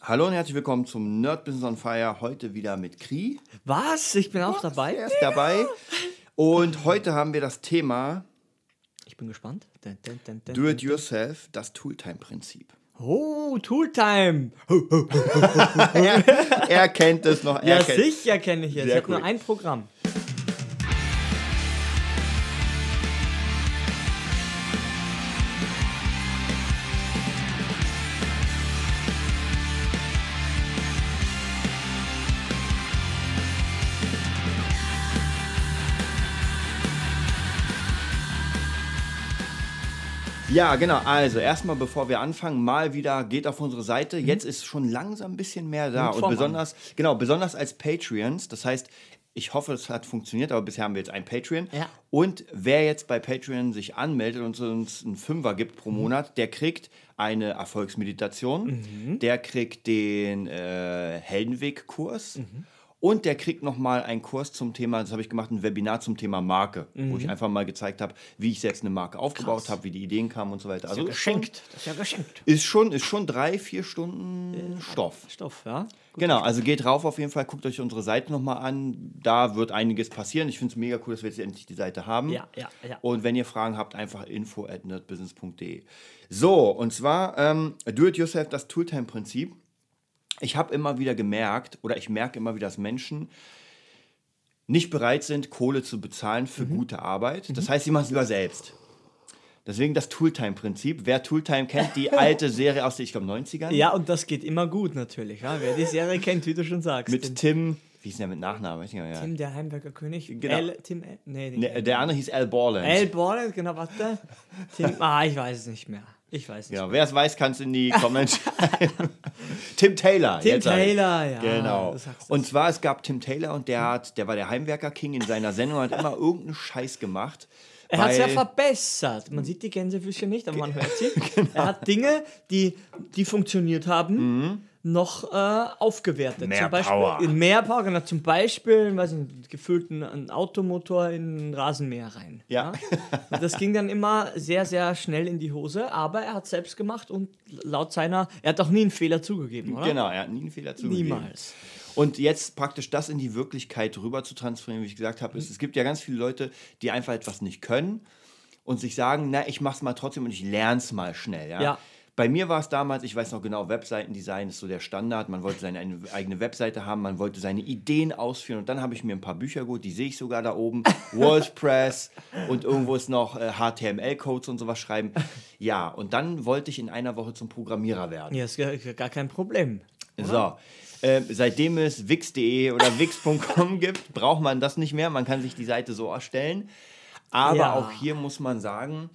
Hallo und herzlich willkommen zum Nerd Business on Fire. Heute wieder mit Kri. Was? Ich bin auch dabei? Er ist dabei. Und heute haben wir das Thema Ich bin gespannt. Do-it-yourself, das Tooltime-Prinzip. Oh, Tooltime. Er kennt es noch. Ja, sicher kenne ich es. Ich Sehr habe nur cool. ein Programm. Ja, genau. Also erstmal, bevor wir anfangen, mal wieder geht auf unsere Seite. Jetzt ist schon langsam ein bisschen mehr da. Und besonders als Patreons. Das heißt, ich hoffe, es hat funktioniert, aber bisher haben wir jetzt ein Patreon. Ja. Und wer jetzt bei Patreon sich anmeldet und uns einen Fünfer gibt pro Monat, der kriegt eine Erfolgsmeditation, der kriegt den Heldenweg-Kurs und der kriegt nochmal einen Kurs zum Thema, das habe ich gemacht, ein Webinar zum Thema Marke, wo ich einfach mal gezeigt habe, wie ich selbst eine Marke aufgebaut habe, wie die Ideen kamen und so weiter. Also Geschenkt. Das ist ja geschenkt. Ist schon 3-4 Stunden Stoff. Stoff, ja. Gut. Genau, also geht rauf auf jeden Fall, guckt euch unsere Seite nochmal an. Da wird einiges passieren. Ich finde es mega cool, dass wir jetzt endlich die Seite haben. Ja. Und wenn ihr Fragen habt, einfach info@nerdbusiness.de. So, und zwar Do-it-yourself, das Tooltime-Prinzip. Ich habe immer wieder gemerkt, oder ich merke immer wieder, dass Menschen nicht bereit sind, Kohle zu bezahlen für gute Arbeit. Das heißt, sie machen es lieber selbst. Deswegen das Tooltime-Prinzip. Wer Tooltime kennt, die alte Serie aus den, ich glaube, 90ern. Ja, und das geht immer gut natürlich. Ja? Wer die Serie kennt, wie du schon sagst. Mit Tim, wie ist der mit Nachnamen? Weiß ich nicht mehr. Tim, der Heimwerker König. Genau. Der andere hieß Al Borland. Al Borland, genau, warte. Tim, ich weiß es nicht mehr. Ja, wer es weiß, kann es in die Comments schreiben. Tim Taylor. Tim Taylor, ja. Genau. Und zwar, es gab Tim Taylor und der war der Heimwerker-King in seiner Sendung, hat immer irgendeinen Scheiß gemacht. Er hat es ja verbessert. Man sieht die Gänsefüßchen nicht, aber man hört sie. Genau. Er hat Dinge, die funktioniert haben, noch aufgewertet. Mehr zum Beispiel, Power. Mehr Power, genau. Zum Beispiel, gefüllten einen Automotor in einen Rasenmäher rein. Ja. Und das ging dann immer sehr, sehr schnell in die Hose, aber er hat es selbst gemacht und er hat auch nie einen Fehler zugegeben, oder? Genau, er hat nie einen Fehler zugegeben. Niemals. Und jetzt praktisch das in die Wirklichkeit rüber zu transferieren, wie ich gesagt habe, es gibt ja ganz viele Leute, die einfach etwas nicht können und sich sagen, na, ich mach's mal trotzdem und ich lern's mal schnell. Ja? Bei mir war es damals, ich weiß noch genau, Webseitendesign ist so der Standard, man wollte seine eigene Webseite haben, man wollte seine Ideen ausführen und dann habe ich mir ein paar Bücher geholt, die sehe ich sogar da oben, WordPress und irgendwo ist noch HTML-Codes und sowas schreiben. Ja, und dann wollte ich in einer Woche zum Programmierer werden. Ja, ist gar kein Problem. Oder? So, seitdem es wix.de oder wix.com gibt, braucht man das nicht mehr, man kann sich die Seite so erstellen. Aber auch hier muss man sagen,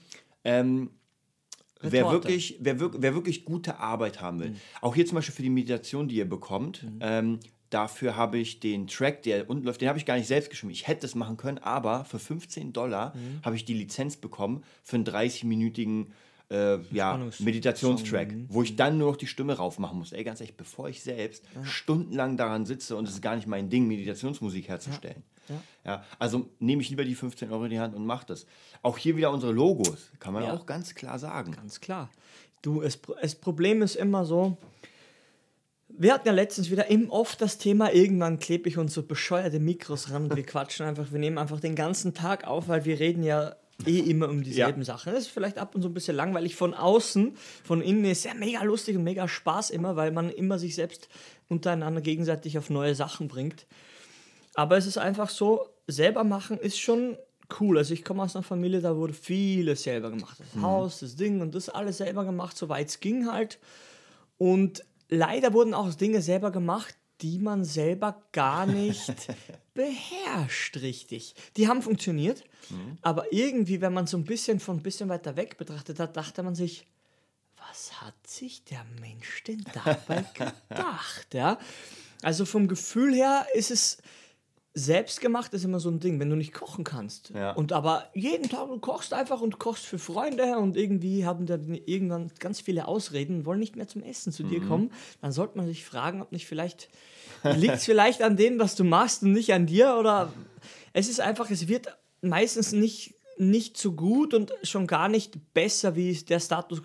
wer wirklich gute Arbeit haben will, auch hier zum Beispiel für die Meditation, die ihr bekommt, dafür habe ich den Track, der unten läuft, den habe ich gar nicht selbst geschrieben. Ich hätte es machen können, aber für $15 habe ich die Lizenz bekommen für einen 30-minütigen Meditationstrack, wo ich dann nur noch die Stimme raufmachen muss. Ey, ganz ehrlich, bevor ich selbst stundenlang daran sitze und es ist gar nicht mein Ding, Meditationsmusik herzustellen. Ja, also nehme ich lieber die 15 Euro in die Hand und mache das. Auch hier wieder unsere Logos, kann man auch ganz klar sagen. Ganz klar. Das Problem ist immer so, wir hatten ja letztens wieder oft das Thema, irgendwann klebe ich uns so bescheuerte Mikros ran und wir quatschen einfach, wir nehmen einfach den ganzen Tag auf, weil wir reden ja immer um dieselben Sachen. Das ist vielleicht ab und zu ein bisschen langweilig von außen, von innen ist ja mega lustig und mega Spaß immer, weil man immer sich selbst untereinander gegenseitig auf neue Sachen bringt. Aber es ist einfach so, selber machen ist schon cool. Also ich komme aus einer Familie, da wurde vieles selber gemacht. Das Haus, das Ding und das alles selber gemacht, soweit es ging halt. Und leider wurden auch Dinge selber gemacht, die man selber gar nicht beherrscht richtig. Die haben funktioniert, aber irgendwie, wenn man so ein bisschen weiter weg betrachtet hat, dachte man sich, was hat sich der Mensch denn dabei gedacht? Ja? Also vom Gefühl her ist es, selbstgemacht ist immer so ein Ding, wenn du nicht kochen kannst. Ja. Und aber jeden Tag du kochst einfach und kochst für Freunde und irgendwie haben dann irgendwann ganz viele Ausreden und wollen nicht mehr zum Essen zu dir kommen, dann sollte man sich fragen, ob nicht liegt es vielleicht an dem, was du machst und nicht an dir, oder es ist einfach, es wird meistens nicht nicht so gut und schon gar nicht besser, wie der Status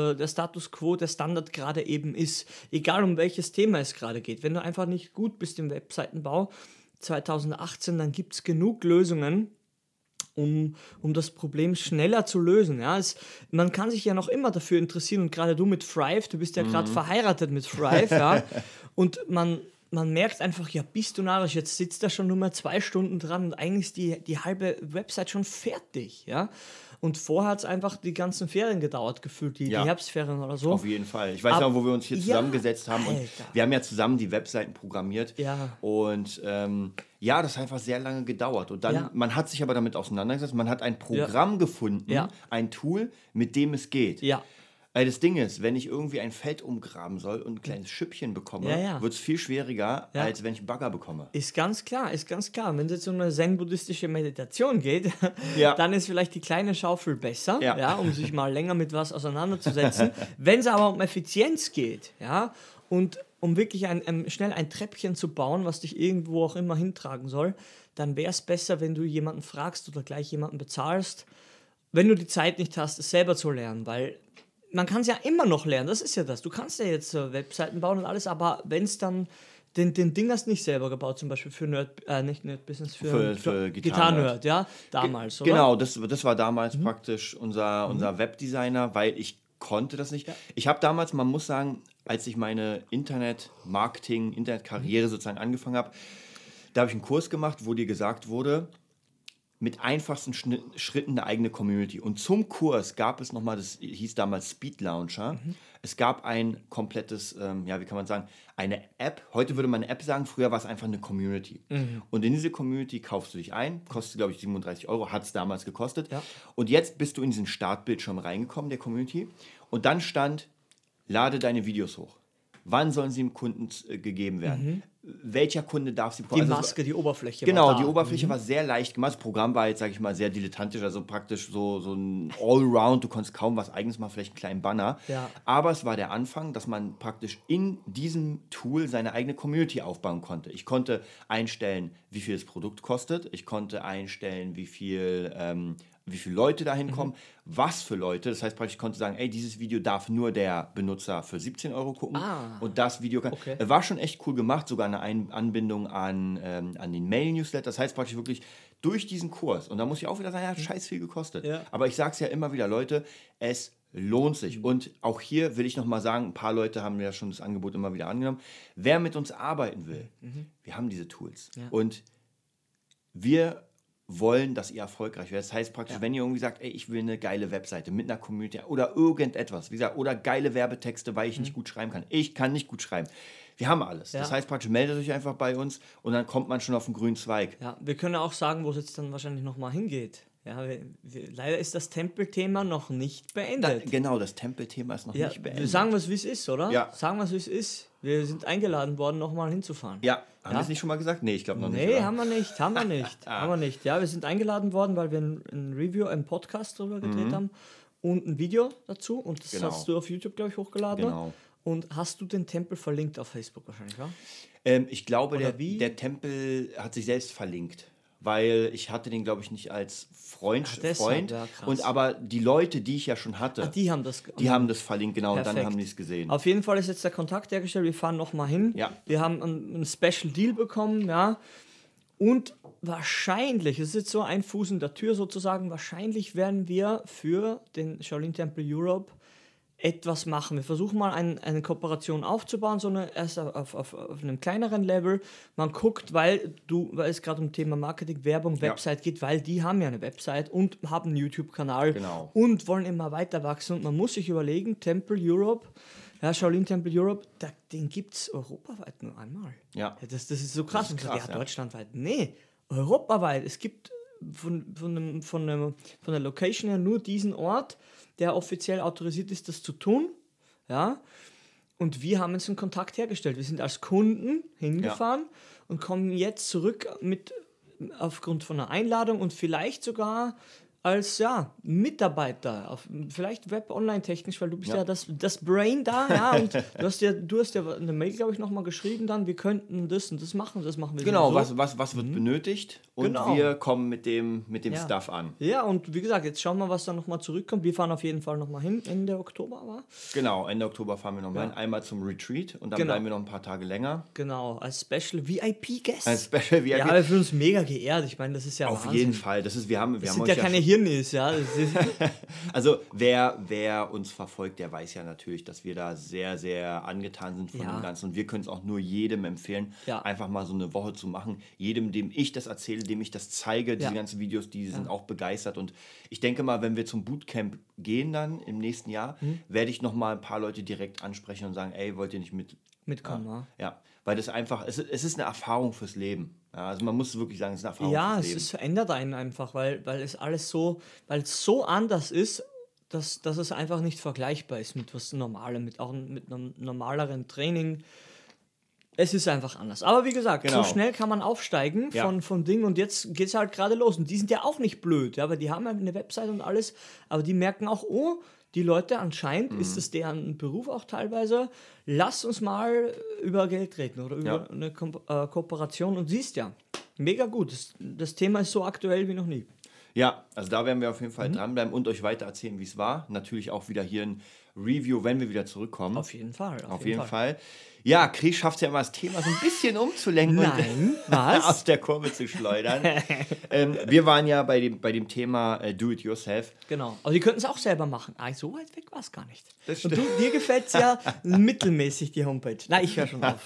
quo, der Standard gerade eben ist. Egal um welches Thema es gerade geht. Wenn du einfach nicht gut bist im Webseitenbau 2018, dann gibt es genug Lösungen, um das Problem schneller zu lösen. Ja, man kann sich ja noch immer dafür interessieren und gerade du mit Thrive, du bist ja gerade verheiratet mit Thrive, ja, und man merkt einfach, ja, bist du narrisch, jetzt sitzt da schon nur mal 2 Stunden dran und eigentlich ist die halbe Website schon fertig, ja. Und vorher hat es einfach die ganzen Ferien gedauert, gefühlt, die Herbstferien oder so. Auf jeden Fall. Ich weiß noch, wo wir uns hier zusammengesetzt haben und wir haben ja zusammen die Webseiten programmiert. Ja. Und das hat einfach sehr lange gedauert. Und dann, man hat sich aber damit auseinandergesetzt, man hat ein Programm gefunden, ein Tool, mit dem es geht. Ja. Das Ding ist, wenn ich irgendwie ein Feld umgraben soll und ein kleines Schüppchen bekomme, wird es viel schwieriger, als wenn ich einen Bagger bekomme. Ist ganz klar. Wenn es jetzt um eine zen-buddhistische Meditation geht, dann ist vielleicht die kleine Schaufel besser, um sich mal länger mit was auseinanderzusetzen. Wenn es aber um Effizienz geht, und um wirklich schnell ein Treppchen zu bauen, was dich irgendwo auch immer hintragen soll, dann wäre es besser, wenn du jemanden fragst oder gleich jemanden bezahlst, wenn du die Zeit nicht hast, es selber zu lernen, weil man kann es ja immer noch lernen, das ist ja das. Du kannst ja jetzt Webseiten bauen und alles, aber wenn es dann den Ding hast nicht selber gebaut, zum Beispiel für nicht Nerd-Business, für Gitarren-Nerd, damals, oder? Genau, das war damals praktisch unser Webdesigner, weil ich konnte das nicht. Ja. Ich habe damals, man muss sagen, als ich meine Internet-Karriere sozusagen angefangen habe, da habe ich einen Kurs gemacht, wo dir gesagt wurde, mit einfachsten Schritten eine eigene Community. Und zum Kurs gab es nochmal, das hieß damals Speed Launcher. Es gab ein komplettes, wie kann man sagen, eine App. Heute würde man eine App sagen, früher war es einfach eine Community. Und in diese Community kaufst du dich ein, kostet, glaube ich, 37 €, hat es damals gekostet. Ja. Und jetzt bist du in diesen Startbildschirm reingekommen, der Community. Und dann stand, lade deine Videos hoch. Wann sollen sie dem Kunden gegeben werden? Welcher Kunde darf sie bekommen? Die Maske, die Oberfläche. Genau, die Oberfläche war sehr leicht gemacht. Das Programm war jetzt, sage ich mal, sehr dilettantisch, also praktisch so ein Allround. Du konntest kaum was Eigenes machen, vielleicht einen kleinen Banner. Ja. Aber es war der Anfang, dass man praktisch in diesem Tool seine eigene Community aufbauen konnte. Ich konnte einstellen, wie viel das Produkt kostet. Ich konnte einstellen, wie viele Leute da hinkommen, was für Leute. Das heißt praktisch, ich konnte sagen, dieses Video darf nur der Benutzer für 17 € gucken und das Video kann... Okay. War schon echt cool gemacht, sogar eine Anbindung an den Mail-Newsletter. Das heißt praktisch wirklich durch diesen Kurs. Und da muss ich auch wieder sagen, hat scheiß viel gekostet. Ja. Aber ich sage es ja immer wieder, Leute, es lohnt sich. Und auch hier will ich nochmal sagen, ein paar Leute haben ja schon das Angebot immer wieder angenommen. Wer mit uns arbeiten will, wir haben diese Tools. Ja. Und wir wollen, dass ihr erfolgreich werdet. Das heißt praktisch, wenn ihr irgendwie sagt, ich will eine geile Webseite mit einer Community oder irgendetwas, wie gesagt, oder geile Werbetexte, weil ich nicht gut schreiben kann. Ich kann nicht gut schreiben. Wir haben alles. Ja. Das heißt praktisch, meldet euch einfach bei uns und dann kommt man schon auf den grünen Zweig. Ja, wir können auch sagen, wo es jetzt dann wahrscheinlich nochmal hingeht. Ja, leider ist das Tempelthema noch nicht beendet. Genau, das Tempelthema ist noch nicht beendet. Wir sagen es, wie es ist, oder? Ja. Sagen wir es, wie es ist. Wir sind eingeladen worden, nochmal hinzufahren. Ja, haben wir es nicht schon mal gesagt? Nee, ich glaube noch nicht. Nee, haben wir nicht. Haben wir nicht. Ja, wir sind eingeladen worden, weil wir ein Review, einen Podcast darüber gedreht haben und ein Video dazu. Und das hast du auf YouTube, glaube ich, hochgeladen. Genau. Und hast du den Tempel verlinkt auf Facebook wahrscheinlich, ja? Ich glaube, der Tempel hat sich selbst verlinkt. Weil ich hatte den, glaube ich, nicht als Freund. Ja, und aber die Leute, die ich ja schon hatte, die haben das verlinkt, genau, perfekt. Und dann haben die es gesehen. Auf jeden Fall ist jetzt der Kontakt hergestellt, wir fahren nochmal hin. Ja. Wir haben einen Special Deal bekommen, ja. Und wahrscheinlich, es ist jetzt so ein Fuß in der Tür sozusagen, wahrscheinlich werden wir für den Shaolin Temple Europe etwas machen. Wir versuchen mal eine Kooperation aufzubauen, erst auf einem kleineren Level. Man guckt, weil es gerade um Thema Marketing, Werbung, Website geht, weil die haben ja eine Website und haben einen YouTube-Kanal und wollen immer weiter wachsen. Und man muss sich überlegen, Temple Europe, Shaolin Temple Europe, den gibt es europaweit nur einmal. Ja. Das ist so krass. Deutschlandweit. Nee, europaweit. Es gibt von der Location her nur diesen Ort, der offiziell autorisiert ist, das zu tun. Ja? Und wir haben jetzt einen Kontakt hergestellt. Wir sind als Kunden hingefahren und kommen jetzt zurück aufgrund von einer Einladung und vielleicht sogar als Mitarbeiter, vielleicht Web-Online-technisch, weil du bist ja das Brain da, ja, und du hast ja eine Mail, glaube ich, nochmal geschrieben dann, wir könnten das und das machen wir genau, so. was wird benötigt und wir kommen mit dem Stuff an. Ja, und wie gesagt, jetzt schauen wir, was da nochmal zurückkommt. Wir fahren auf jeden Fall nochmal hin, Ende Oktober, war? Genau, Ende Oktober fahren wir nochmal hin, einmal zum Retreat und dann bleiben wir noch ein paar Tage länger. Genau, als Special VIP-Guest. Als Special VIP. Ja, wir fühlen uns mega geehrt, ich meine, das ist ja auf Wahnsinn. jeden Fall, wir haben sind ja keine Hirnis, ja. Also wer uns verfolgt, der weiß ja natürlich, dass wir da sehr, sehr angetan sind von dem Ganzen. Und wir können es auch nur jedem empfehlen, einfach mal so eine Woche zu machen. Jedem, dem ich das erzähle, dem ich das zeige, diese ganzen Videos, die sind auch begeistert. Und ich denke mal, wenn wir zum Bootcamp gehen dann im nächsten Jahr, werde ich nochmal ein paar Leute direkt ansprechen und sagen, ey, wollt ihr nicht mitkommen? Ja, weil das einfach, es ist eine Erfahrung fürs Leben. Ja, also man muss wirklich sagen, es ist eine Erfahrung fürs Leben. Ja, es verändert einen einfach, weil es alles so, weil es so anders ist, dass es einfach nicht vergleichbar ist mit was Normalem, mit einem normaleren Training. Es ist einfach anders. Aber wie gesagt, so schnell kann man aufsteigen von Dingen und jetzt geht es halt gerade los. Und die sind ja auch nicht blöd, ja, weil die haben ja eine Website und alles, aber die merken auch, die Leute anscheinend, ist es deren Beruf auch teilweise, lass uns mal über Geld reden oder über eine Kooperation und siehst ja, mega gut. Das Thema ist so aktuell wie noch nie. Ja, also da werden wir auf jeden Fall dranbleiben und euch weiter erzählen, wie es war. Natürlich auch wieder hier ein Review, wenn wir wieder zurückkommen. Auf jeden Fall. Auf jeden Fall. Ja, Chris schafft es ja immer, das Thema so ein bisschen umzulenken und aus der Kurve zu schleudern. Wir waren ja bei dem Thema Do-it-yourself. Genau, aber die könnten es auch selber machen. So weit weg war es gar nicht. Und dir gefällt es ja mittelmäßig, die Homepage. Nein, ich höre schon auf.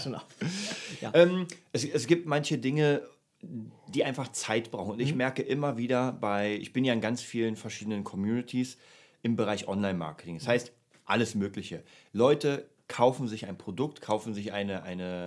Ja. Es gibt manche Dinge, die einfach Zeit brauchen. Und ich merke immer wieder ich bin ja in ganz vielen verschiedenen Communities im Bereich Online-Marketing. Das heißt, alles Mögliche. Leute kaufen sich ein Produkt, kaufen sich einen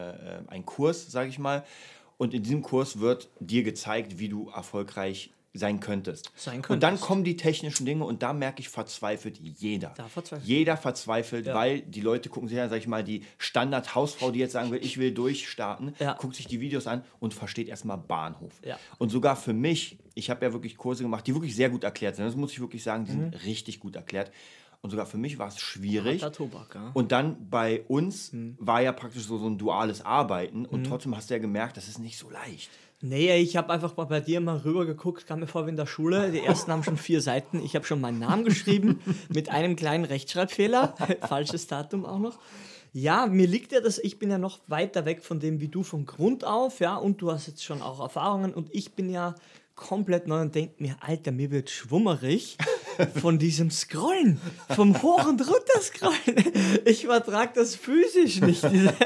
Kurs, sage ich mal. Und in diesem Kurs wird dir gezeigt, wie du erfolgreich sein könntest. Und dann kommen die technischen Dinge und da merke ich, verzweifelt jeder. Jeder verzweifelt, weil die Leute gucken sich ja, sag ich mal, die Standard-Hausfrau, die jetzt sagen will, ich will durchstarten, guckt sich die Videos an und versteht erstmal Bahnhof. Ja. Und sogar für mich, ich habe ja wirklich Kurse gemacht, die wirklich sehr gut erklärt sind. Das muss ich wirklich sagen, die sind richtig gut erklärt. Und sogar für mich war es schwierig. Tobak, ja. Und dann bei uns war ja praktisch so ein duales Arbeiten und trotzdem hast du ja gemerkt, das ist nicht so leicht. Nee, ich habe einfach mal bei dir mal rüber geguckt, kam mir vor wie in der Schule. Die ersten haben schon 4 Seiten. Ich habe schon meinen Namen geschrieben mit einem kleinen Rechtschreibfehler. Falsches Datum auch noch. Ja, mir liegt ja das, ich bin ja noch weiter weg von dem wie du von Grund auf, ja, und du hast jetzt schon auch Erfahrungen und ich bin ja komplett neu und denke mir, Alter, mir wird schwummerig von diesem Scrollen, vom Hoch- und Runterscrollen. Ich vertrage das physisch nicht.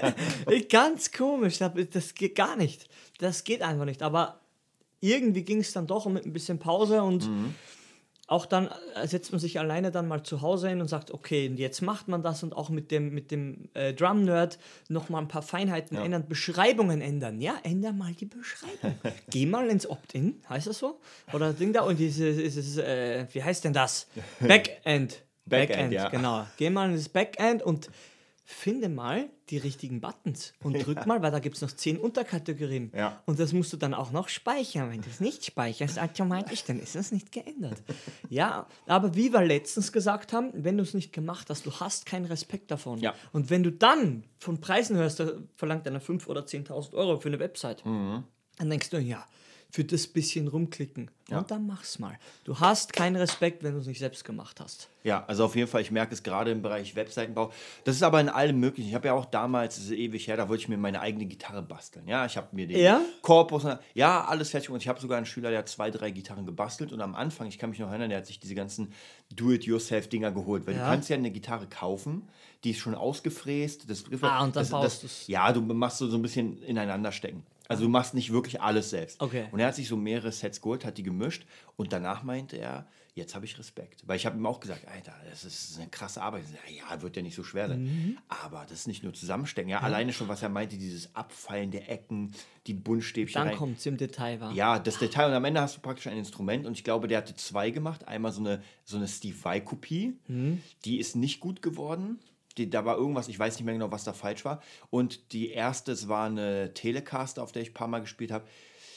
Ganz komisch, das geht gar nicht. Das geht einfach nicht. Aber irgendwie ging es dann doch mit ein bisschen Pause und auch dann setzt man sich alleine dann mal zu Hause hin und sagt, okay, jetzt macht man das und auch mit dem Drum-Nerd nochmal ein paar Feinheiten ändern, Beschreibungen ändern. Ja, änder mal die Beschreibung. Geh mal ins Opt-in, heißt das so? Oder Ding da und dieses wie heißt denn das? Backend, ja. Genau. Geh mal ins Backend und finde mal die richtigen Buttons und drück mal, weil da gibt es noch 10 Unterkategorien. Ja. Und das musst du dann auch noch speichern. Wenn du es nicht speicherst automatisch, dann ist das nicht geändert. Ja, aber wie wir letztens gesagt haben, wenn du es nicht gemacht hast, du hast keinen Respekt davon. Ja. Und wenn du dann von Preisen hörst, da verlangt einer 5.000 oder 10.000 Euro für eine Website, dann denkst du, ja, für das bisschen rumklicken. Ja. Und dann mach's mal. Du hast keinen Respekt, wenn du es nicht selbst gemacht hast. Ja, also auf jeden Fall, ich merke es gerade im Bereich Webseitenbau. Das ist aber in allem möglich. Ich habe ja auch damals, das ist ewig her, da wollte ich mir meine eigene Gitarre basteln. Ja, ich habe mir den Korpus, alles fertig. Und ich habe sogar einen Schüler, der hat 2, 3 Gitarren gebastelt. Und am Anfang, ich kann mich noch erinnern, der hat sich diese ganzen Do-it-yourself-Dinger geholt. Weil du kannst ja eine Gitarre kaufen, die ist schon ausgefräst. Und dann baust du es. Ja, du machst so ein bisschen ineinander stecken. Also du machst nicht wirklich alles selbst. Okay. Und er hat sich so mehrere Sets geholt, hat die gemischt und danach meinte er, jetzt habe ich Respekt. Weil ich habe ihm auch gesagt, Alter, das ist eine krasse Arbeit. Ja, wird ja nicht so schwer sein. Aber das ist nicht nur Zusammenstecken. Ja, alleine schon, was er meinte, dieses Abfallen der Ecken, die Buntstäbchen. Dann kommt es im Detail, wa? Ja, das Detail. Und am Ende hast du praktisch ein Instrument. Und ich glaube, der hatte 2 gemacht. Einmal so eine Steve Vai-Kopie. Die ist nicht gut geworden. Da war irgendwas, ich weiß nicht mehr genau, was da falsch war. Und die erste, es war eine Telecaster, auf der ich ein paar Mal gespielt habe.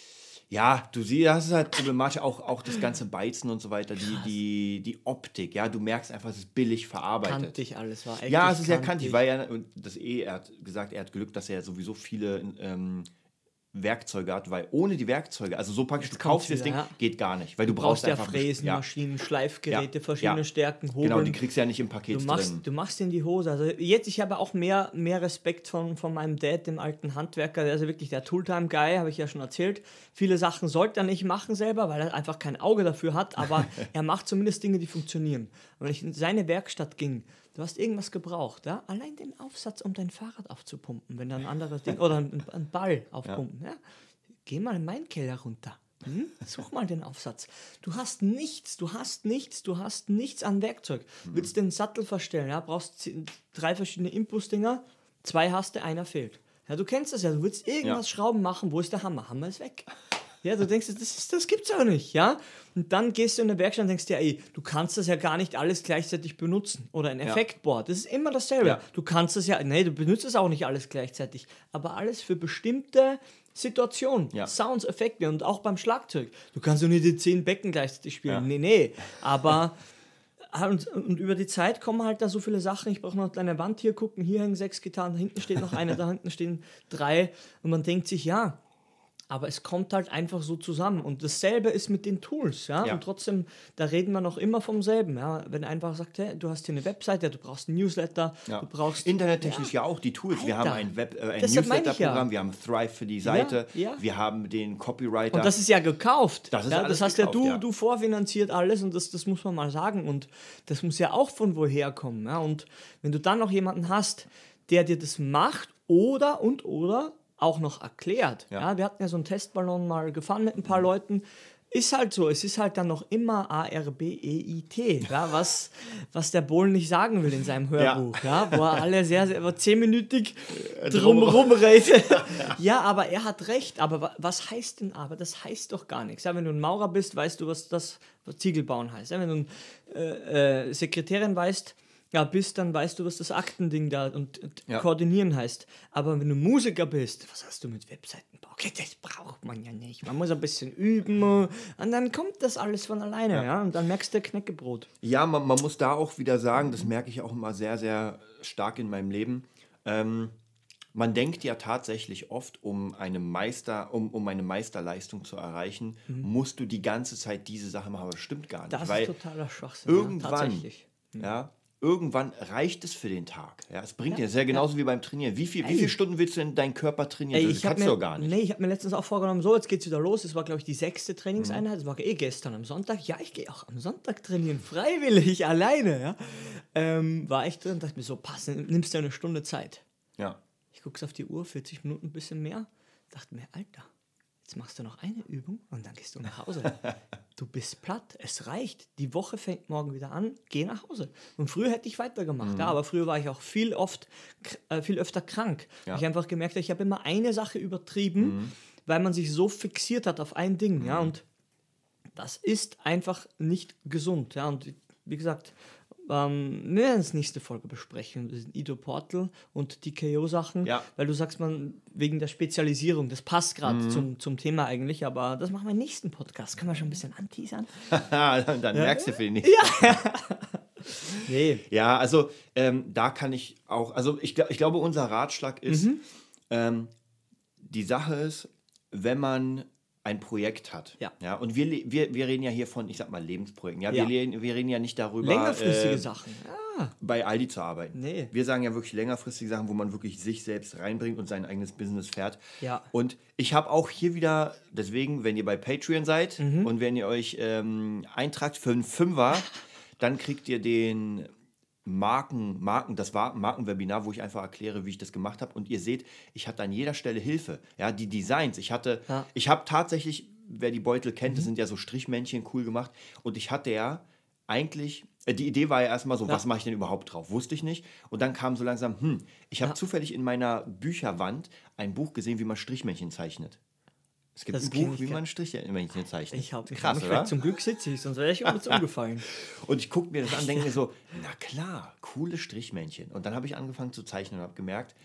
Ja, du siehst, das ist halt problematisch, auch das ganze Beizen und so weiter, die Optik, ja, du merkst einfach, es ist billig verarbeitet. Kantig alles, war echt. Ja, es ist ja kantig, weil er hat gesagt, er hat Glück, dass er sowieso viele Werkzeuge hat, weil ohne die Werkzeuge, also so praktisch, du kaufst das Ding, geht gar nicht, weil du brauchst ja einfach Fräsen, Maschinen, Schleifgeräte, verschiedene Stärken, Hobeln. Genau, die kriegst du ja nicht im Paket drin. Du machst in die Hose. Also jetzt, ich habe auch mehr Respekt von meinem Dad, dem alten Handwerker, der ist ja wirklich der Tooltime-Guy, habe ich ja schon erzählt. Viele Sachen sollte er nicht machen selber, weil er einfach kein Auge dafür hat, aber er macht zumindest Dinge, die funktionieren. Und wenn ich in seine Werkstatt ging, du hast irgendwas gebraucht, ja? Allein den Aufsatz, um dein Fahrrad aufzupumpen, wenn da ein anderes Ding, oder ein Ball aufpumpen, ja? Geh mal in meinen Keller runter. Such mal den Aufsatz. Du hast nichts an Werkzeug. Willst den Sattel verstellen, ja? Brauchst 3 verschiedene Impulsdinger, 2 hast du, einer fehlt. Ja, du kennst das ja, du willst irgendwas Schrauben machen, wo ist der Hammer? Hammer ist weg. Ja, du denkst, das gibt's auch nicht, ja? Und dann gehst du in der Werkstatt und denkst dir, ey, du kannst das ja gar nicht alles gleichzeitig benutzen. Oder ein Effektboard, das ist immer dasselbe. Ja. Du kannst das ja, du benutzt es auch nicht alles gleichzeitig, aber alles für bestimmte Situationen, Sounds, Effekte und auch beim Schlagzeug. Du kannst doch nicht die 10 Becken gleichzeitig spielen, nee, aber... Und über die Zeit kommen halt da so viele Sachen. Ich brauche noch eine kleine Wand hier gucken. Hier hängen 6 Gitarren, da hinten steht noch eine, da hinten stehen 3. Und man denkt sich, ja, aber es kommt halt einfach so zusammen. Und dasselbe ist mit den Tools, ja. Und trotzdem, da reden wir noch immer vom selben, ja. Wenn er einfach sagt, hey, du hast hier eine Webseite, du brauchst ein Newsletter, du brauchst... Internettechnisch ja auch die Tools. Alter, wir haben ein Newsletter-Programm, wir haben Thrive für die Seite, wir haben den Copywriter. Und das ist ja gekauft. Das hast gekauft, du vorfinanziert alles und das muss man mal sagen. Und das muss ja auch von woher kommen, ja. Und wenn du dann noch jemanden hast, der dir das macht oder auch noch erklärt. Ja, wir hatten ja so einen Testballon mal gefahren mit ein paar Leuten. Ist halt so, es ist halt dann noch immer ARBEIT, ja, was der Bohlen nicht sagen will in seinem Hörbuch, wo er alle sehr 10-minütig drumherum redet. Ja, aber er hat recht. Aber was heißt denn aber? Das heißt doch gar nichts. Ja, wenn du ein Maurer bist, weißt du, was Ziegel bauen heißt. Ja, wenn du eine Sekretärin bist, dann weißt du, was das Aktending da und koordinieren heißt. Aber wenn du Musiker bist, was hast du mit Webseitenbau? Okay, das braucht man ja nicht. Man muss ein bisschen üben und dann kommt das alles von alleine. Ja? Und dann merkst du Knäckebrot. Ja, man muss da auch wieder sagen, das merke ich auch immer sehr, sehr stark in meinem Leben. Man denkt ja tatsächlich oft, um eine Meisterleistung zu erreichen, musst du die ganze Zeit diese Sache machen, aber das stimmt gar nicht. Das ist totaler Schwachsinn. Irgendwann reicht es für den Tag. Ja, es bringt dir, das ist ja genauso wie beim Trainieren. Wie viele Stunden willst du denn deinen Körper trainieren? Das kannst du doch gar nicht. Nee, ich habe mir letztens auch vorgenommen, so, jetzt geht's wieder los. Das war, glaube ich, die 6. Trainingseinheit. Das war gestern am Sonntag. Ja, ich gehe auch am Sonntag trainieren, freiwillig, alleine. Ja. War echt drin, dachte mir so, nimmst du eine Stunde Zeit. Ja. Ich gucke auf die Uhr, 40 Minuten, ein bisschen mehr. Dachte mir, Alter, jetzt machst du noch eine Übung und dann gehst du nach Hause. Du bist platt, es reicht. Die Woche fängt morgen wieder an, geh nach Hause. Und früher hätte ich weitergemacht, aber früher war ich auch viel öfter krank. Ja. Ich einfach gemerkt, ich habe immer eine Sache übertrieben, weil man sich so fixiert hat auf ein Ding. Ja, und das ist einfach nicht gesund. Ja, und wie gesagt, wir werden das nächste Folge besprechen. Das sind Ido Portal und die KO-Sachen, weil du sagst, wegen der Spezialisierung, das passt gerade zum Thema eigentlich, aber das machen wir im nächsten Podcast. Können wir schon ein bisschen anteasern? Dann merkst du für den nächsten. Nee. Ja, also da kann ich auch, also ich glaube, unser Ratschlag ist, die Sache ist, wenn man ein Projekt hat. Ja, und wir reden ja hier von, ich sag mal, Lebensprojekten. Ja, wir reden ja nicht darüber, längerfristige Sachen. Bei Aldi zu arbeiten. Nee. Wir sagen ja wirklich längerfristige Sachen, wo man wirklich sich selbst reinbringt und sein eigenes Business fährt. Ja. Und ich habe auch hier wieder, deswegen, wenn ihr bei Patreon seid und wenn ihr euch eintragt für einen Fünfer, dann kriegt ihr den das war ein Markenwebinar, wo ich einfach erkläre, wie ich das gemacht habe. Und ihr seht, ich hatte an jeder Stelle Hilfe. Ja, die Designs. Ich habe tatsächlich, wer die Beutel kennt, das sind ja so Strichmännchen, cool gemacht. Und ich hatte ja eigentlich, die Idee war ja erstmal so, was mache ich denn überhaupt drauf? Wusste ich nicht. Und dann kam so langsam, ich habe zufällig in meiner Bücherwand ein Buch gesehen, wie man Strichmännchen zeichnet. Es gibt ein Buch, wie man Strichmännchen zeichnet. Krass, oder? Zum Glück sitze ich, sonst wäre ich uns umgefallen. Und ich gucke mir das an und denke mir so, na klar, coole Strichmännchen. Und dann habe ich angefangen zu zeichnen und habe gemerkt,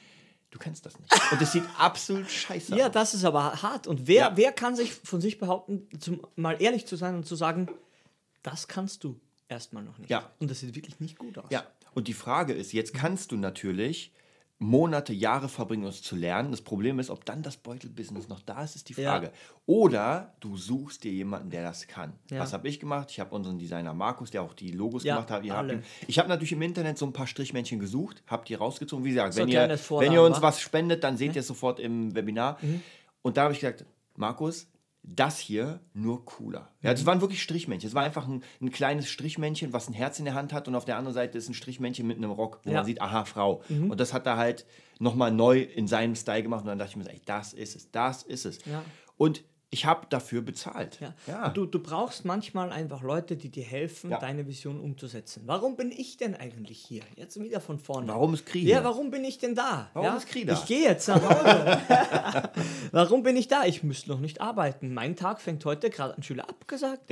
du kannst das nicht. Und es sieht absolut scheiße aus. Ja, das ist aber hart. Und wer kann sich von sich behaupten, mal ehrlich zu sein und zu sagen, das kannst du erstmal noch nicht. Ja. Und das sieht wirklich nicht gut aus. Ja, und die Frage ist, jetzt kannst du natürlich Monate, Jahre verbringen, uns zu lernen. Das Problem ist, ob dann das Beutelbusiness noch da ist, ist die Frage. Ja. Oder du suchst dir jemanden, der das kann. Ja. Was habe ich gemacht? Ich habe unseren Designer Markus, der auch die Logos gemacht hat. Ich habe natürlich im Internet so ein paar Strichmännchen gesucht, habe die rausgezogen. Wie gesagt, wenn ihr uns was spendet, dann seht ihr es sofort im Webinar. Und da habe ich gesagt, Markus, das hier nur cooler. Ja, das waren wirklich Strichmännchen. Es war einfach ein kleines Strichmännchen, was ein Herz in der Hand hat und auf der anderen Seite ist ein Strichmännchen mit einem Rock, wo man sieht, aha, Frau. Und das hat er halt nochmal neu in seinem Style gemacht und dann dachte ich mir, ey, das ist es. Ja. Und ich habe dafür bezahlt. Ja. Ja. Du brauchst manchmal einfach Leute, die dir helfen, deine Vision umzusetzen. Warum bin ich denn eigentlich hier? Jetzt wieder von vorne. Warum ist Krieg? Ja, warum bin ich denn da? Warum ist Krieg da? Ich gehe jetzt nach Hause. Warum bin ich da? Ich müsste noch nicht arbeiten. Mein Tag fängt heute, gerade ein Schüler abgesagt,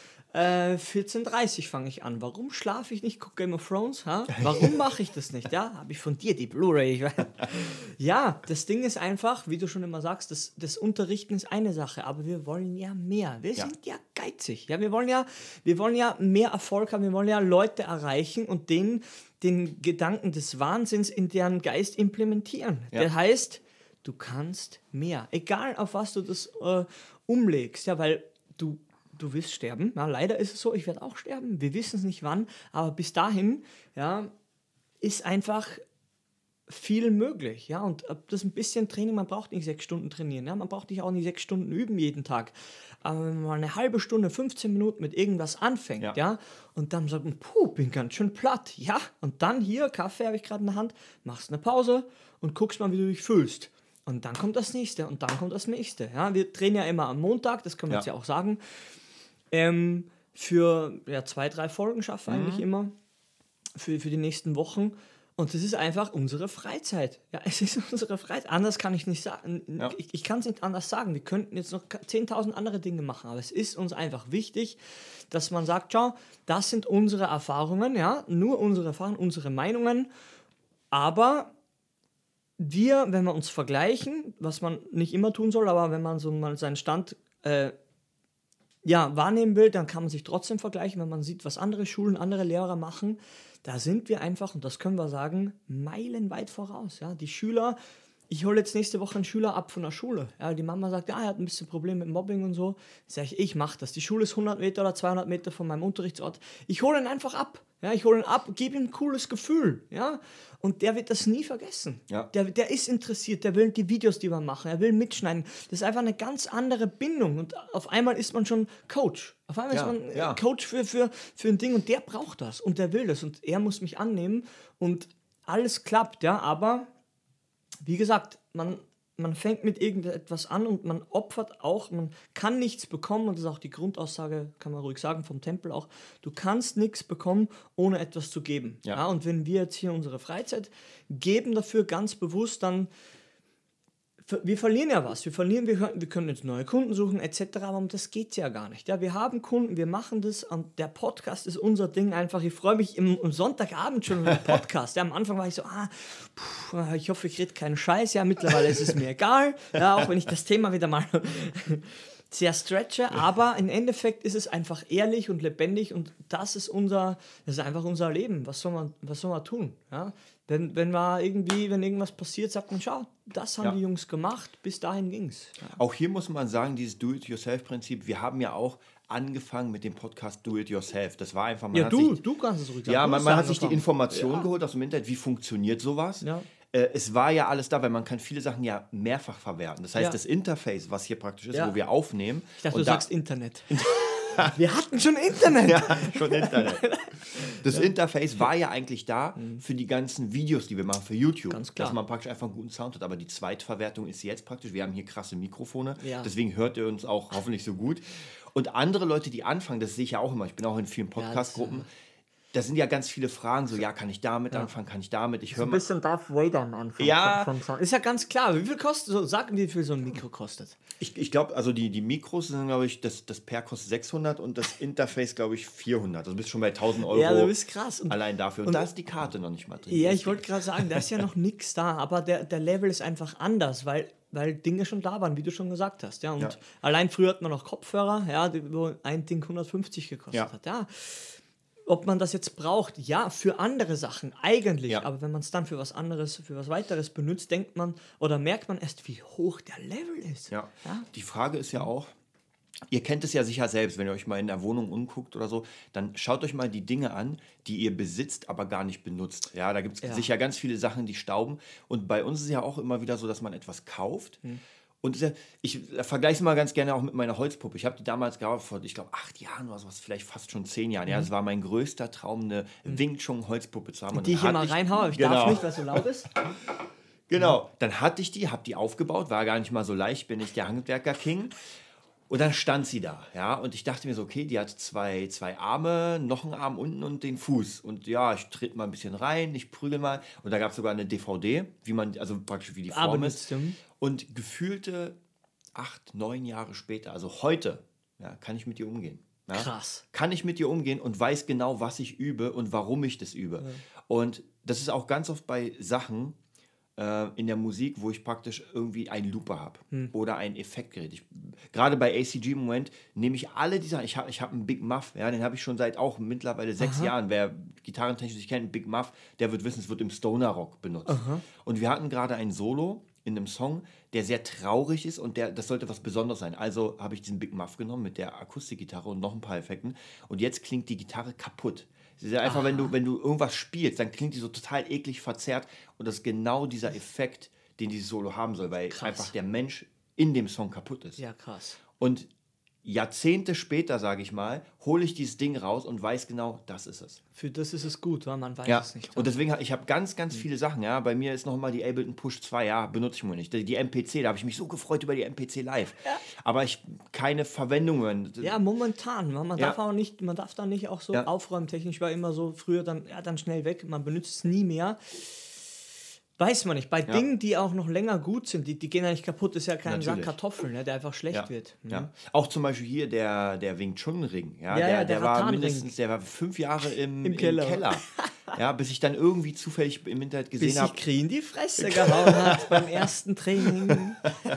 14:30 fange ich an. Warum schlafe ich nicht? Gucke Game of Thrones? Ha? Warum mache ich das nicht? Ja, habe ich von dir die Blu-ray. Ja, das Ding ist einfach, wie du schon immer sagst, das Unterrichten ist eine Sache, aber wir wollen ja mehr. Wir sind ja geizig. Ja, wir wollen ja mehr Erfolg haben. Wir wollen ja Leute erreichen und den Gedanken des Wahnsinns in deren Geist implementieren. Ja. Der heißt, du kannst mehr. Egal, auf was du das umlegst. Ja, weil du wirst sterben. Ja, leider ist es so, ich werde auch sterben. Wir wissen es nicht wann, aber bis dahin ist einfach viel möglich. Ja? Und das ein bisschen Training, man braucht nicht 6 Stunden trainieren. Ja? Man braucht nicht auch nicht 6 Stunden üben jeden Tag. Aber wenn man mal eine halbe Stunde, 15 Minuten mit irgendwas anfängt, und dann sagt man, bin ganz schön platt. Ja, und dann hier, Kaffee habe ich gerade in der Hand, machst eine Pause und guckst mal, wie du dich fühlst. Und dann kommt das nächste und dann kommt das nächste. Ja? Wir trainieren ja immer am Montag, das können wir jetzt ja auch sagen. Für 2-3 Folgen schaffen wir eigentlich immer für die nächsten Wochen und das ist einfach unsere Freizeit. Ja, es ist unsere Freizeit. Anders kann ich nicht sagen. Ja. Ich kann es nicht anders sagen. Wir könnten jetzt noch 10.000 andere Dinge machen, aber es ist uns einfach wichtig, dass man sagt, schau, das sind unsere Erfahrungen, ja, nur unsere Erfahrungen, unsere Meinungen, aber wenn wir uns vergleichen, was man nicht immer tun soll, aber wenn man so mal seinen Stand wahrnehmen will, dann kann man sich trotzdem vergleichen, wenn man sieht, was andere Schulen, andere Lehrer machen. Da sind wir einfach, und das können wir sagen, meilenweit voraus. Ja? Die Schüler, ich hole jetzt nächste Woche einen Schüler ab von der Schule. Ja, die Mama sagt, er hat ein bisschen Probleme mit Mobbing und so. Sag ich mache das. Die Schule ist 100 Meter oder 200 Meter von meinem Unterrichtsort. Ich hole ihn einfach ab. Ja, ich hole ihn ab, gebe ihm ein cooles Gefühl. Ja? Und der wird das nie vergessen. Ja. Der ist interessiert, der will die Videos, die wir machen, er will mitschneiden. Das ist einfach eine ganz andere Bindung. Und auf einmal ist man schon Coach. Auf einmal ist man Coach für ein Ding und der braucht das und der will das. Und er muss mich annehmen und alles klappt, ja, aber wie gesagt, man fängt mit irgendetwas an und man opfert auch, man kann nichts bekommen und das ist auch die Grundaussage, kann man ruhig sagen, vom Tempel auch, du kannst nichts bekommen, ohne etwas zu geben. Ja. Und wenn wir jetzt hier unsere Freizeit geben dafür ganz bewusst, dann wir verlieren ja was. Wir können jetzt neue Kunden suchen etc., aber um das geht es ja gar nicht. Ja, wir haben Kunden, wir machen das und der Podcast ist unser Ding einfach. Ich freue mich am Sonntagabend schon über den Podcast. Ja, am Anfang war ich so, ich hoffe, ich rede keinen Scheiß. Ja, mittlerweile ist es mir egal, ja, auch wenn ich das Thema wieder mal sehr stretche, aber im Endeffekt ist es einfach ehrlich und lebendig und das ist einfach unser Leben. Was soll man tun? Ja? Wenn irgendwas passiert, sagt man, schau, das haben die Jungs gemacht, bis dahin ging's. Ja. Auch hier muss man sagen, dieses Do-it-yourself-Prinzip, wir haben ja auch angefangen mit dem Podcast Do-it-yourself. Das war einfach, du kannst es ruhig sagen. Ja, man hat sich die Information geholt aus dem Internet, wie funktioniert sowas. Ja. Es war ja alles da, weil man kann viele Sachen ja mehrfach verwerten. Das heißt, das Interface, was hier praktisch ist, wo wir aufnehmen. Ich dachte, du sagst Internet. Wir hatten schon Internet. Ja, schon Internet. Das Interface war ja eigentlich da für die ganzen Videos, die wir machen für YouTube. Ganz klar. Dass man praktisch einfach einen guten Sound hat. Aber die Zweitverwertung ist jetzt praktisch, wir haben hier krasse Mikrofone, deswegen hört ihr uns auch hoffentlich so gut. Und andere Leute, die anfangen, das sehe ich ja auch immer, ich bin auch in vielen Podcast-Gruppen, da sind ja ganz viele Fragen, so, ja, kann ich damit anfangen, kann ich damit? Ich höre ein bisschen Darth Vader am Anfang. Ja. Vom Sound. Ist ja ganz klar. Wie viel kostet, sagen die, wie viel so ein Mikro kostet? Ich glaube, also die Mikros sind, glaube ich, das Pair kostet 600 und das Interface, glaube ich, 400. Also bist schon bei 1.000 Euro. Ja, du bist krass. Allein dafür. Und da ist die Karte noch nicht mal drin. Ja, ich wollte gerade sagen, da ist ja noch nichts da, aber der Level ist einfach anders, weil Dinge schon da waren, wie du schon gesagt hast. Ja, und allein früher hat man noch Kopfhörer, ja, wo ein Ding 150 gekostet hat. Ja. Ob man das jetzt braucht, ja, für andere Sachen eigentlich, aber wenn man es dann für was anderes, für was weiteres benutzt, denkt man oder merkt man erst, wie hoch der Level ist. Ja. Die Frage ist ja auch, ihr kennt es ja sicher selbst, wenn ihr euch mal in der Wohnung umguckt oder so, dann schaut euch mal die Dinge an, die ihr besitzt, aber gar nicht benutzt. Ja, da gibt es sicher ganz viele Sachen, die stauben. Und bei uns ist es ja auch immer wieder so, dass man etwas kauft. Und ich vergleiche es mal ganz gerne auch mit meiner Holzpuppe. Ich habe die damals gehabt vor, ich glaube, 8 Jahren oder sowas, vielleicht fast schon 10 Jahren. Ja, es war mein größter Traum, eine Wing Chun Holzpuppe zu haben. Und die ich hier mal reinhaue, ich darf nicht, weil es so laut ist. Genau, dann hatte ich die, habe die aufgebaut, war gar nicht mal so leicht, bin ich der Handwerker-King. Und dann stand sie da, ja, und ich dachte mir so, okay, die hat zwei Arme, noch einen Arm unten und den Fuß. Und ja, ich tritt mal ein bisschen rein, ich prügel mal. Und da gab es sogar eine DVD, also praktisch wie die Form ist. Und gefühlte 8, 9 Jahre später, also heute, kann ich mit ihr umgehen. Ja? Krass. Kann ich mit ihr umgehen und weiß genau, was ich übe und warum ich das übe. Ja. Und das ist auch ganz oft bei Sachen, in der Musik, wo ich praktisch irgendwie einen Looper habe oder ein Effektgerät. Gerade bei ACG im Moment nehme ich alle diese, ich hab einen Big Muff, ja, den habe ich schon seit auch mittlerweile 6 Jahren. Wer gitarrentechnisch nicht kennt, Big Muff, der wird wissen, es wird im Stoner Rock benutzt. Und wir hatten gerade ein Solo in einem Song, der sehr traurig ist und das sollte was Besonderes sein. Also habe ich diesen Big Muff genommen mit der Akustikgitarre und noch ein paar Effekten und jetzt klingt die Gitarre kaputt. Es ist ja einfach, wenn du irgendwas spielst, dann klingt die so total eklig verzerrt und das ist genau dieser Effekt, den dieses Solo haben soll, weil einfach der Mensch in dem Song kaputt ist. Ja, krass. Und Jahrzehnte später, sage ich mal, hole ich dieses Ding raus und weiß genau, das ist es. Für das ist es gut, weil man weiß es nicht. Und deswegen, ich habe ganz, ganz viele Sachen, ja. Bei mir ist noch mal die Ableton Push 2, ja, benutze ich mal nicht. Die MPC, da habe ich mich so gefreut über die MPC Live. Ja. Aber keine Verwendungen. Ja, momentan. Man darf da nicht auch so aufräumtechnisch, war immer so früher dann schnell weg, man benutzt es nie mehr. Weiß man nicht. Bei Dingen, die auch noch länger gut sind, die gehen ja nicht kaputt, ist ja kein Sack Kartoffeln, ne, der einfach schlecht wird. Ja. Auch zum Beispiel hier der Wing Chun Ring. Ja, der war mindestens, der war 5 Jahre im Keller. Ja, bis ich dann irgendwie zufällig im Internet gesehen habe. Bis ich Kri in die Fresse gehauen hat beim ersten Training.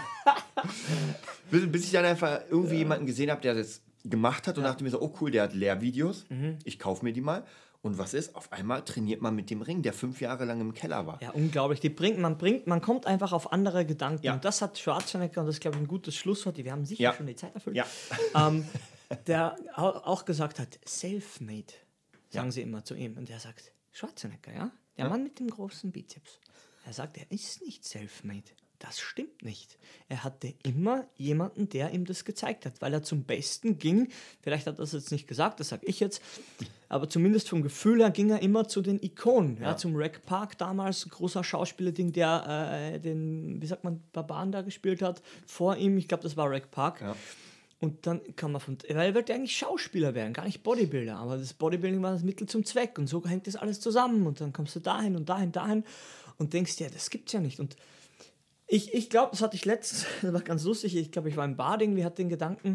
bis ich dann einfach irgendwie jemanden gesehen habe, der das gemacht hat und dachte mir so, oh cool, der hat Lehrvideos, ich kaufe mir die mal. Und was ist? Auf einmal trainiert man mit dem Ring, der 5 Jahre lang im Keller war. Ja, unglaublich. Man kommt einfach auf andere Gedanken. Ja. Und das hat Schwarzenegger, und das ist, glaube ich, ein gutes Schlusswort, wir haben sicher schon die Zeit erfüllt, der auch gesagt hat, self-made, sagen sie immer zu ihm. Und der sagt, Schwarzenegger, der Mann mit dem großen Bizeps, er sagt, er ist nicht self-made. Das stimmt nicht. Er hatte immer jemanden, der ihm das gezeigt hat, weil er zum Besten ging. Vielleicht hat er das jetzt nicht gesagt, das sage ich jetzt. Aber zumindest vom Gefühl her ging er immer zu den Ikonen. Ja, zum Rack Park damals, großer Schauspieler-Ding, der den, Barbaren da gespielt hat. Vor ihm, ich glaube, das war Rack Park. Ja. Und dann kam er weil er wollte eigentlich Schauspieler werden, gar nicht Bodybuilder. Aber das Bodybuilding war das Mittel zum Zweck. Und so hängt das alles zusammen. Und dann kommst du dahin und dahin und denkst, ja, das gibt's ja nicht. Und ich glaube, das hatte ich letztens, das war ganz lustig, ich glaube, ich war im Bading, wir hatten den Gedanken,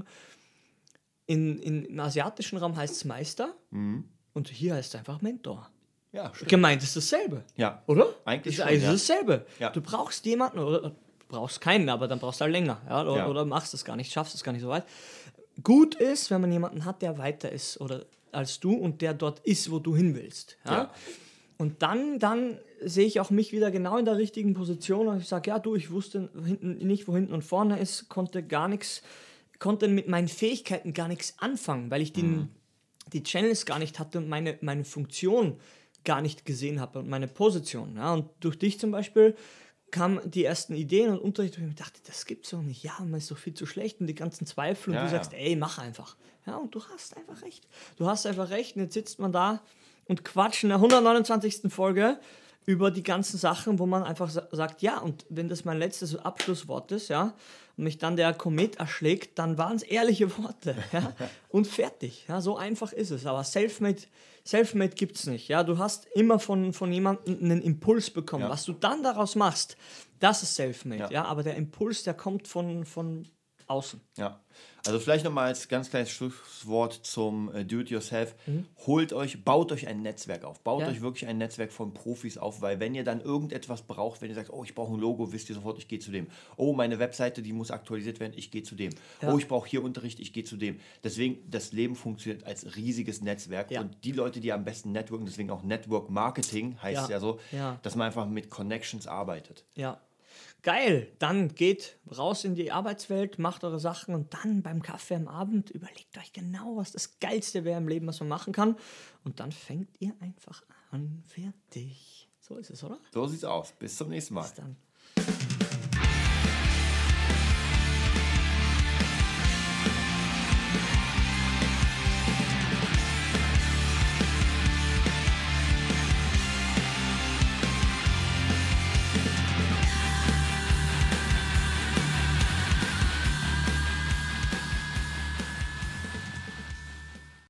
im asiatischen Raum heißt es Meister und hier heißt es einfach Mentor. Ja, stimmt. Gemeint ist dasselbe. Ja. Oder? Eigentlich ist dasselbe. Ja. Du brauchst jemanden, oder du brauchst keinen, aber dann brauchst du halt länger. Oder machst es gar nicht, schaffst es gar nicht so weit. Gut ist, wenn man jemanden hat, der weiter ist oder als du und der dort ist, wo du hin willst. Ja. Und dann sehe ich auch mich wieder genau in der richtigen Position und ich sage, ich wusste nicht, wo hinten und vorne ist, konnte mit meinen Fähigkeiten gar nichts anfangen, weil ich die Channels gar nicht hatte und meine Funktion gar nicht gesehen habe und meine Position. Ja? Und durch dich zum Beispiel kamen die ersten Ideen und Unterricht, und ich dachte, das gibt's doch nicht. Ja, man ist doch viel zu schlecht und die ganzen Zweifel und du sagst, mach einfach. Ja, und du hast einfach recht. Und jetzt sitzt man da und quatscht in der 129. Folge über die ganzen Sachen, wo man einfach sagt, ja, und wenn das mein letztes Abschlusswort ist, ja, und mich dann der Komet erschlägt, dann waren es ehrliche Worte, ja, und fertig. Ja, so einfach ist es. Aber Selfmade gibt es nicht. Ja, du hast immer von jemandem einen Impuls bekommen. Was du dann daraus machst, das ist Selfmade. Ja, aber der Impuls, der kommt von außen. Ja, also vielleicht nochmal als ganz kleines Schlusswort zum Do-it-yourself. Baut euch ein Netzwerk auf. Baut euch wirklich ein Netzwerk von Profis auf, weil wenn ihr dann irgendetwas braucht, wenn ihr sagt, oh, ich brauche ein Logo, wisst ihr sofort, ich gehe zu dem. Oh, meine Webseite, die muss aktualisiert werden, ich gehe zu dem. Ja. Oh, ich brauche hier Unterricht, ich gehe zu dem. Deswegen, das Leben funktioniert als riesiges Netzwerk und die Leute, die am besten networken, deswegen auch Network Marketing heißt ja so, dass man einfach mit Connections arbeitet. Ja. Geil, dann geht raus in die Arbeitswelt, macht eure Sachen und dann beim Kaffee am Abend überlegt euch genau, was das Geilste wäre im Leben, was man machen kann. Und dann fängt ihr einfach an, fertig. So ist es, oder? So sieht's aus. Bis zum nächsten Mal. Bis dann.